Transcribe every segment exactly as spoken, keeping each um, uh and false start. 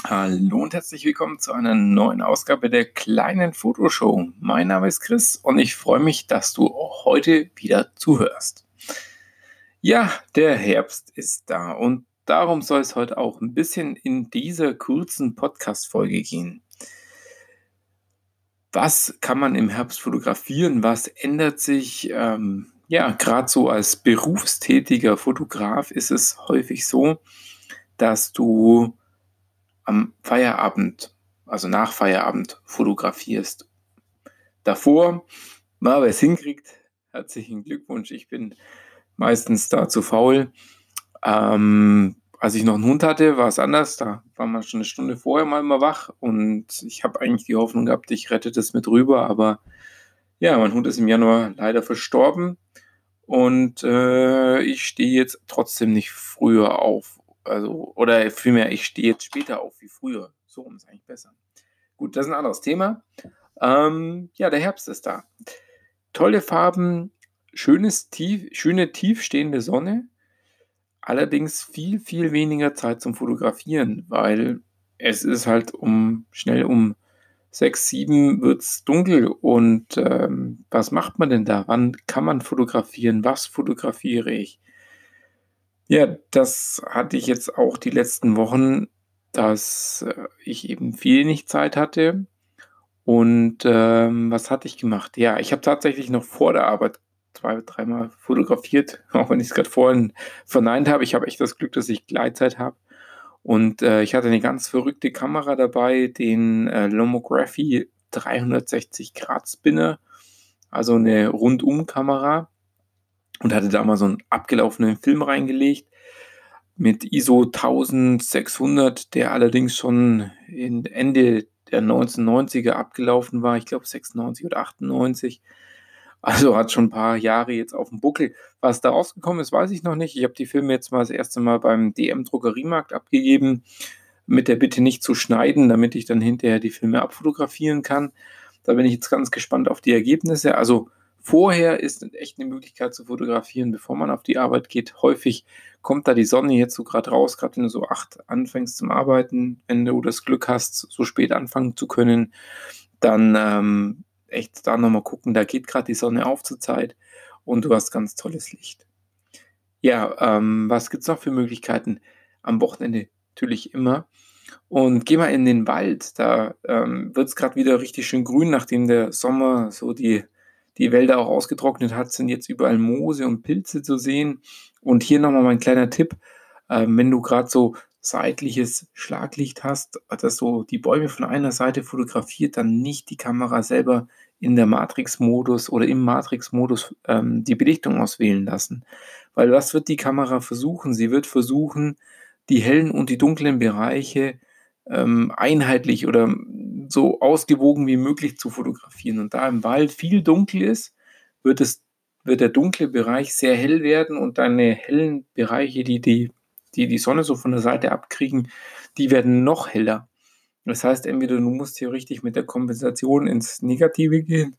Hallo und herzlich willkommen zu einer neuen Ausgabe der kleinen Fotoshow. Mein Name ist Chris und ich freue mich, dass du auch heute wieder zuhörst. Ja, der Herbst ist da und darum soll es heute auch ein bisschen in dieser kurzen Podcast-Folge gehen. Was kann man im Herbst fotografieren? Was ändert sich? Ähm, ja, gerade so als berufstätiger Fotograf ist es häufig so, dass du am Feierabend, also nach Feierabend fotografierst. Davor, na, wer es hinkriegt, herzlichen Glückwunsch. Ich bin meistens da zu faul. Ähm, als ich noch einen Hund hatte, war es anders. Da war man schon eine Stunde vorher mal immer wach und ich habe eigentlich die Hoffnung gehabt, ich rette das mit rüber. Aber ja, mein Hund ist im Januar leider verstorben und äh, ich stehe jetzt trotzdem nicht früher auf. Also, oder vielmehr, ich stehe jetzt später auf wie früher. So rum ist eigentlich besser. Gut, das ist ein anderes Thema. Ähm, ja, der Herbst ist da. Tolle Farben, schönes tief schöne tiefstehende Sonne, allerdings viel, viel weniger Zeit zum Fotografieren, weil es ist halt um schnell um sechs, sieben wird's dunkel und, ähm, was macht man denn da? Wann kann man fotografieren? Was fotografiere ich? Ja, das hatte ich jetzt auch die letzten Wochen, dass, äh, ich eben wenig Zeit hatte. Und, ähm, was hatte ich gemacht? Ja, ich habe tatsächlich noch vor der Arbeit zwei, dreimal fotografiert, auch wenn ich's grad vorhin verneint habe. Ich habe echt das Glück, dass ich Gleitzeit habe. Und, äh, ich hatte 'ne ganz verrückte Kamera dabei, den, äh, Lomography dreihundertsechzig Grad Spinner, also 'ne Rundumkamera und hatte da mal so 'n abgelaufenen Film reingelegt mit I S O eintausendsechshundert, der allerdings schon in Ende der neunzehnhundertneunziger abgelaufen war. Ich glaube sechsundneunzig oder achtundneunzig. Also, hat schon 'n paar Jahre jetzt aufm Buckel. Was da rausgekommen ist, weiß ich noch nicht. Ich habe die Filme jetzt mal das erste Mal beim D M Drogeriemarkt abgegeben, mit der Bitte nicht zu schneiden, damit ich dann hinterher die Filme abfotografieren kann. Da bin ich jetzt ganz gespannt auf die Ergebnisse. Also, vorher ist echt 'ne Möglichkeit zu fotografieren, bevor man auf die Arbeit geht. Häufig kommt da die Sonne jetzt so grad raus, grad wenn du so acht anfängst zum Arbeiten, wenn du das Glück hast, so spät anfangen zu können, dann, ähm, echt da noch mal gucken, da geht grad die Sonne auf zur Zeit und du hast ganz tolles Licht. Ja, ähm, was gibt's noch für Möglichkeiten? Am Wochenende natürlich immer. Und geh mal in den Wald, da, ähm, wird's grad wieder richtig schön grün, nachdem der Sommer so die die Wälder auch ausgetrocknet hat, sind jetzt überall Moose und Pilze zu sehen. Und hier noch mal mein kleiner Tipp, ähm, wenn du grad so seitliches Schlaglicht hast, dass so die Bäume von einer Seite fotografiert, dann nicht die Kamera selber in der Matrix-Modus oder im Matrix-Modus, ähm, die Belichtung auswählen lassen. Weil was wird die Kamera versuchen? Sie wird versuchen, die hellen und die dunklen Bereiche, ähm, einheitlich oder so ausgewogen wie möglich zu fotografieren. Und da im Wald viel dunkel ist, wird es wird der dunkle Bereich sehr hell werden und deine hellen Bereiche, die die die die Sonne so von der Seite abkriegen, die werden noch heller. Das heißt, entweder du musst hier richtig mit der Kompensation ins Negative gehen.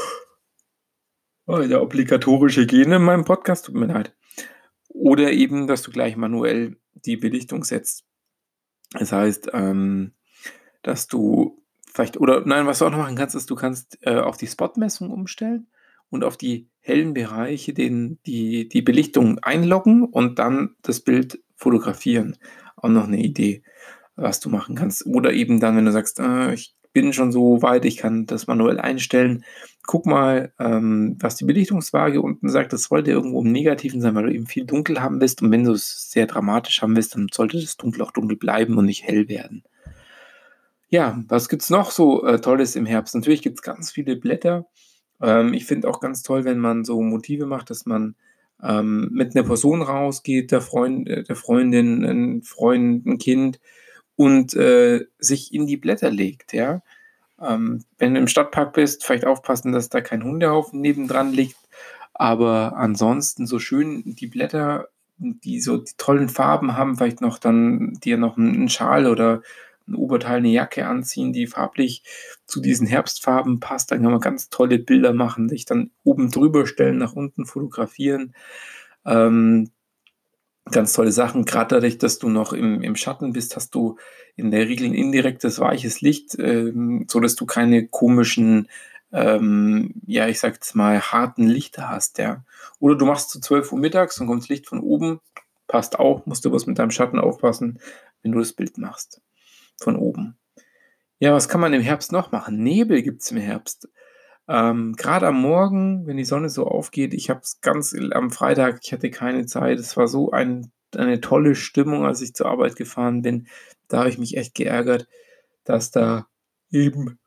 Oh, der obligatorische Gene in meinem Podcast, tut mir leid. Oder eben, dass du gleich manuell die Belichtung setzt. Das heißt, ähm, dass du vielleicht oder nein, was du auch noch machen kannst, ist, du kannst, äh, auf die Spotmessung umstellen und auf die hellen Bereiche den die die Belichtung einloggen und dann das Bild fotografieren. Auch noch 'ne Idee, was du machen kannst. Oder eben dann, wenn du sagst: „Äh, ich bin schon so weit, ich kann das manuell einstellen.“ Guck mal, ähm, was die Belichtungswaage unten sagt. Das sollte irgendwo im Negativen sein, weil du eben viel dunkel haben willst. Und wenn du's sehr dramatisch haben willst, dann sollte das Dunkel auch dunkel bleiben und nicht hell werden. Ja, was gibt's noch so, äh, Tolles im Herbst? Natürlich gibt's ganz viele Blätter. Ähm, ich finde auch ganz toll, wenn man so Motive macht, dass man, ähm, mit 'ner Person rausgeht, der Freund äh, der Freundin, 'n Freund, 'n Kind und, äh, sich in die Blätter legt, ja? Ähm, wenn du im Stadtpark bist, vielleicht aufpassen, dass da kein Hundehaufen nebendran liegt, aber ansonsten so schön die Blätter, die so die tollen Farben haben, vielleicht noch dann dir noch 'n 'n Schal oder 'n Oberteil, 'ne Jacke anziehen, die farblich zu diesen Herbstfarben passt. Dann kann man ganz tolle Bilder machen, sich dann oben drüber stellen, nach unten fotografieren. Ähm Ganz tolle Sachen. Grad dadurch, dass du noch im im Schatten bist, hast du in der Regel 'n indirektes weiches Licht, ähm, sodass du keine komischen, ähm, ja, ich sage jetzt mal, harten Lichter hast, ja. Oder du machst zu zwölf Uhr mittags, dann kommt das Licht von oben, passt auch, musst du bloß mit deinem Schatten aufpassen, wenn du das Bild machst von oben. Ja, was kann man im Herbst noch machen? Nebel gibt's im Herbst. Ähm, grad am Morgen, wenn die Sonne so aufgeht, ich habe es ganz l am Freitag ich hatte keine Zeit. Es war so ein eine tolle Stimmung, als ich zur Arbeit gefahren bin. Da habe ich mich echt geärgert, dass da eben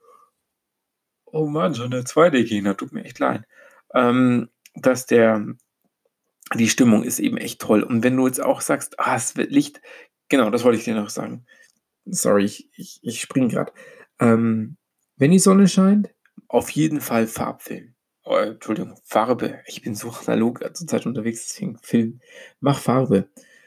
oh Mann, schon der zweite Gegner, tut mir echt leid. Ähm, dass der die Stimmung ist eben echt toll. Und wenn du jetzt auch sagst: „Ah, es wird Licht“, genau, das wollte ich dir noch sagen. Sorry, ich ich ich springe grad. Ähm, wenn die Sonne scheint, auf jeden Fall Farbfilm. Oh, Entschuldigung, Farbe. Ich bin so analog äh, zurzeit unterwegs, deswegen Film. Mach Farbe.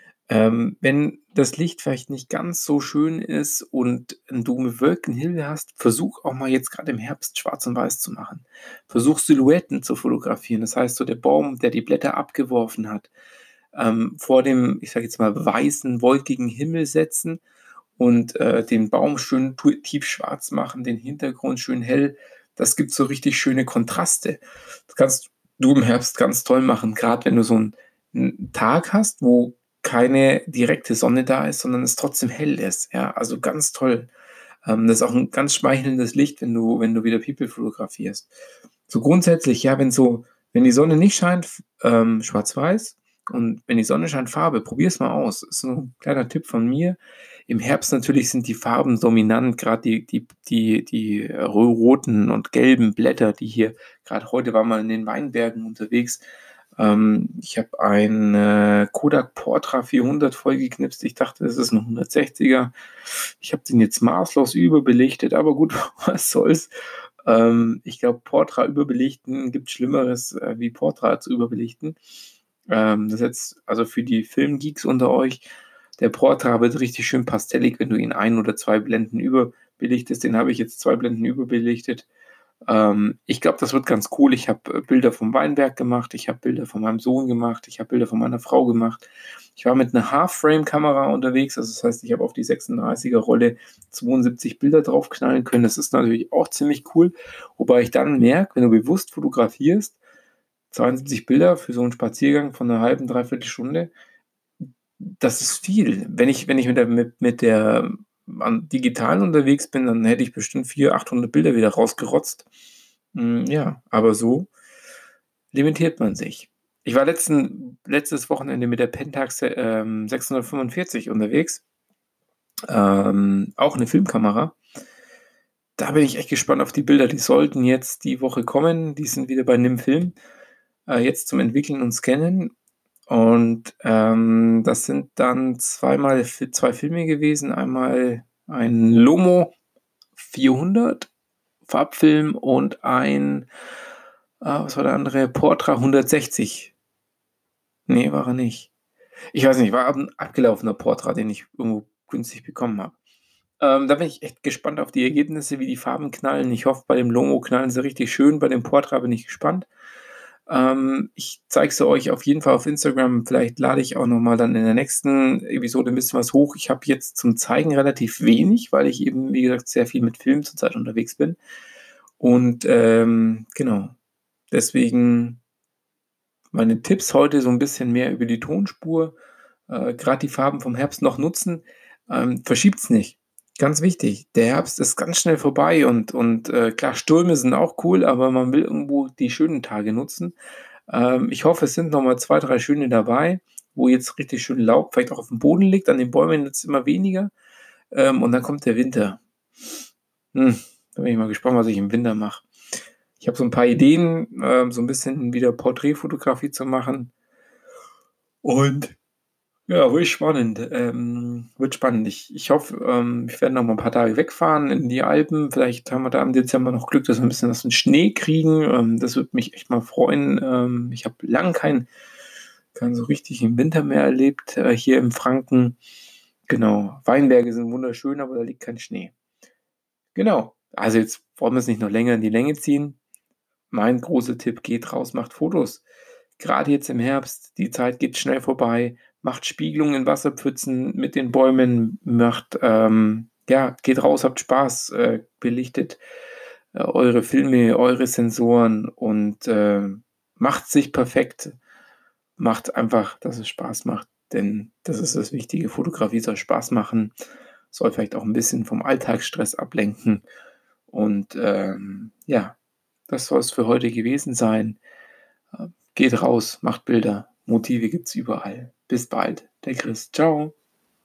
Ähm, wenn das Licht vielleicht nicht ganz so schön ist und du 'n bewölkten Himmel hast, versuch auch mal jetzt grad im Herbst schwarz und weiß zu machen. Versuch Silhouetten zu fotografieren. Das heißt, so der Baum, der die Blätter abgeworfen hat, ähm, vor dem, ich sage jetzt mal, weißen, wolkigen Himmel setzen und, äh, den Baum schön tu tiefschwarz machen, den Hintergrund schön hell. Das gibt so richtig schöne Kontraste. Das kannst du im Herbst ganz toll machen, grad wenn du so 'n 'n Tag hast, wo keine direkte Sonne da ist, sondern es trotzdem hell ist, ja, also ganz toll. Ähm, das ist auch 'n ganz schmeichelndes Licht, wenn du wenn du wieder People fotografierst. So grundsätzlich, ja, wenn so wenn die Sonne nicht scheint, f ähm, schwarz-weiß und wenn die Sonne scheint, Farbe. Probier's mal aus. Ist so 'n kleiner Tipp von mir. Im Herbst natürlich sind die Farben dominant, grad die die die die ro roten und gelben Blätter, die hier grad heute waren wir in den Weinbergen unterwegs. Ähm, ich habe ein, äh, Kodak Portra vierhundert vollgeknipst. Ich dachte, das ist 'n hundertsechziger. Ich habe den jetzt maßlos überbelichtet, aber gut, was soll's. Ähm, ich glaube, Portra überbelichten gibt Schlimmeres, äh, wie Portra zu überbelichten. Ähm, das jetzt also für die Filmgeeks unter euch, der Portra wird richtig schön pastellig, wenn du ihn ein oder zwei Blenden überbelichtest. Den habe ich jetzt zwei Blenden überbelichtet. Ähm, ich glaube, das wird ganz cool. Ich habe, äh, Bilder vom Weinberg gemacht, ich habe Bilder von meinem Sohn gemacht, ich habe Bilder von meiner Frau gemacht. Ich war mit 'ner Half-Frame-Kamera unterwegs, also das heißt, ich habe auf die sechsunddreißiger Rolle zweiundsiebzig Bilder draufknallen können. Das ist natürlich auch ziemlich cool, wobei ich dann merke, wenn du bewusst fotografierst, zweiundsiebzig Bilder für so 'n Spaziergang von 'ner halben, dreiviertel Stunde, das ist viel. Wenn ich wenn ich mit der mit mit der am Digitalen unterwegs bin, dann hätte ich bestimmt vierhundert, achthundert Bilder wieder rausgerotzt. Hm, ja, aber so limitiert man sich. Ich war letzten letztes Wochenende mit der Pentax, ähm, sechshundertfünfundvierzig unterwegs. Ähm, auch 'ne Filmkamera. Da bin ich echt gespannt auf die Bilder. Die sollten jetzt die Woche kommen. Die sind wieder bei NIM-Film, äh, jetzt zum Entwickeln und Scannen. Und, ähm, das sind dann zweimal Fi zwei Filme gewesen. Einmal ein Lomo vierhundert Farbfilm und ein, äh, was war der andere? Portra hundertsechzig. Ne, war er nicht. Ich weiß nicht, war 'n abgelaufener Portra, den ich irgendwo günstig bekommen habe. Ähm, da bin ich echt gespannt auf die Ergebnisse, wie die Farben knallen. Ich hoffe, bei dem Lomo knallen sie richtig schön. Bei dem Portra bin ich gespannt. Ähm, ich zeige sie euch auf jeden Fall auf Instagram. Vielleicht lade ich auch noch mal dann in der nächsten Episode 'n bisschen was hoch. Ich habe jetzt zum Zeigen relativ wenig, weil ich eben, wie gesagt, sehr viel mit Film zurzeit unterwegs bin. Und, ähm, genau, deswegen meine Tipps heute so 'n bisschen mehr über die Tonspur, äh, grad die Farben vom Herbst noch nutzen. Ähm, verschiebt's nicht. Ganz wichtig. Der Herbst ist ganz schnell vorbei und und, äh, klar, Stürme sind auch cool, aber man will irgendwo die schönen Tage nutzen. Ähm, ich hoffe, es sind noch mal zwei, drei schöne dabei, wo jetzt richtig schön Laub vielleicht auch aufm Boden liegt. An den Bäumen wird's immer weniger. Ähm, und dann kommt der Winter. Hm, da bin ich mal gespannt, was ich im Winter mache. Ich habe so 'n paar Ideen, ähm, so 'n bisschen wieder Porträtfotografie zu machen. Und ja, wird spannend. Ähm, wird spannend. Ich ich hoffe, ähm, ich werde noch mal 'n paar Tage wegfahren in die Alpen. Vielleicht haben wir da im Dezember noch Glück, dass wir 'n bisschen was von Schnee kriegen. Ähm, das würde mich echt mal freuen. Ähm, ich habe lang keinen keinen so richtigen Winter mehr erlebt, äh, hier in Franken. Genau. Weinberge sind wunderschön, aber da liegt kein Schnee. Genau. Also, jetzt wollen wir's nicht noch länger in die Länge ziehen. Mein großer Tipp: Geht raus, macht Fotos. Grade jetzt im Herbst, die Zeit geht schnell vorbei. macht Spiegelung in Wasserpfützen mit den Bäumen, macht, ähm ja, geht raus, habt Spaß, äh, belichtet, äh, eure Filme, eure Sensoren und, ähm, macht sich perfekt. Macht einfach, dass es Spaß macht, denn das ist das Wichtige. Fotografie soll Spaß machen, soll vielleicht auch 'n bisschen vom Alltagsstress ablenken und, ähm, ja, das soll's für heute gewesen sein. Äh, geht raus, macht Bilder. Motive gibt's überall. Bis bald, der Chris. Tschau.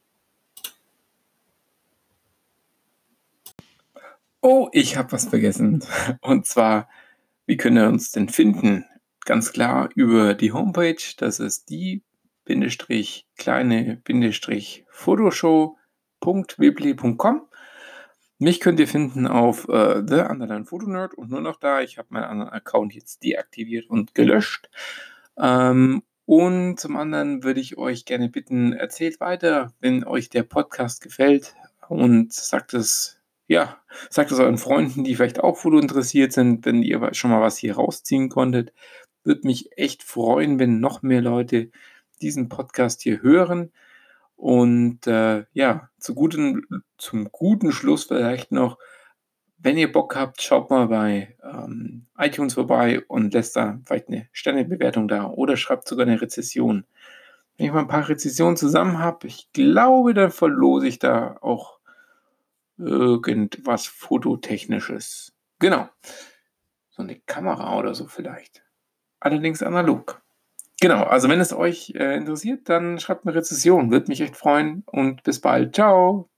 Oh, ich habe was vergessen. Und zwar, wie könnt ihr uns denn finden? Ganz klar über die Homepage. Das ist die Bindestrich kleine Bindestrich Fotoshow Punkt weebly Punkt com. Mich könnt ihr finden auf, äh, The Underline Photonerd und nur noch da. Ich habe meinen anderen Account jetzt deaktiviert und gelöscht. Ähm, und zum anderen würde ich euch gerne bitten, erzählt weiter, wenn euch der Podcast gefällt und sagt es ja, sagt es euren Freunden, die vielleicht auch Foto interessiert sind, wenn ihr wa schon mal was hier rausziehen konntet. Würde mich echt freuen, wenn noch mehr Leute diesen Podcast hier hören. Und, äh, ja, zu guten zum guten Schluss vielleicht noch, wenn ihr Bock habt, schaut mal bei, ähm, iTunes vorbei und lässt da vielleicht 'ne Sternebewertung da oder schreibt sogar 'ne Rezession. Wenn ich mal 'n paar Rezensionen zusammen habe, ich glaube, dann verlose ich da auch irgendwas Fototechnisches. Genau. So 'ne Kamera oder so vielleicht. Allerdings analog. Genau, also wenn es euch, äh, interessiert, dann schreibt 'ne Rezession. Würde mich echt freuen und bis bald. Tschau.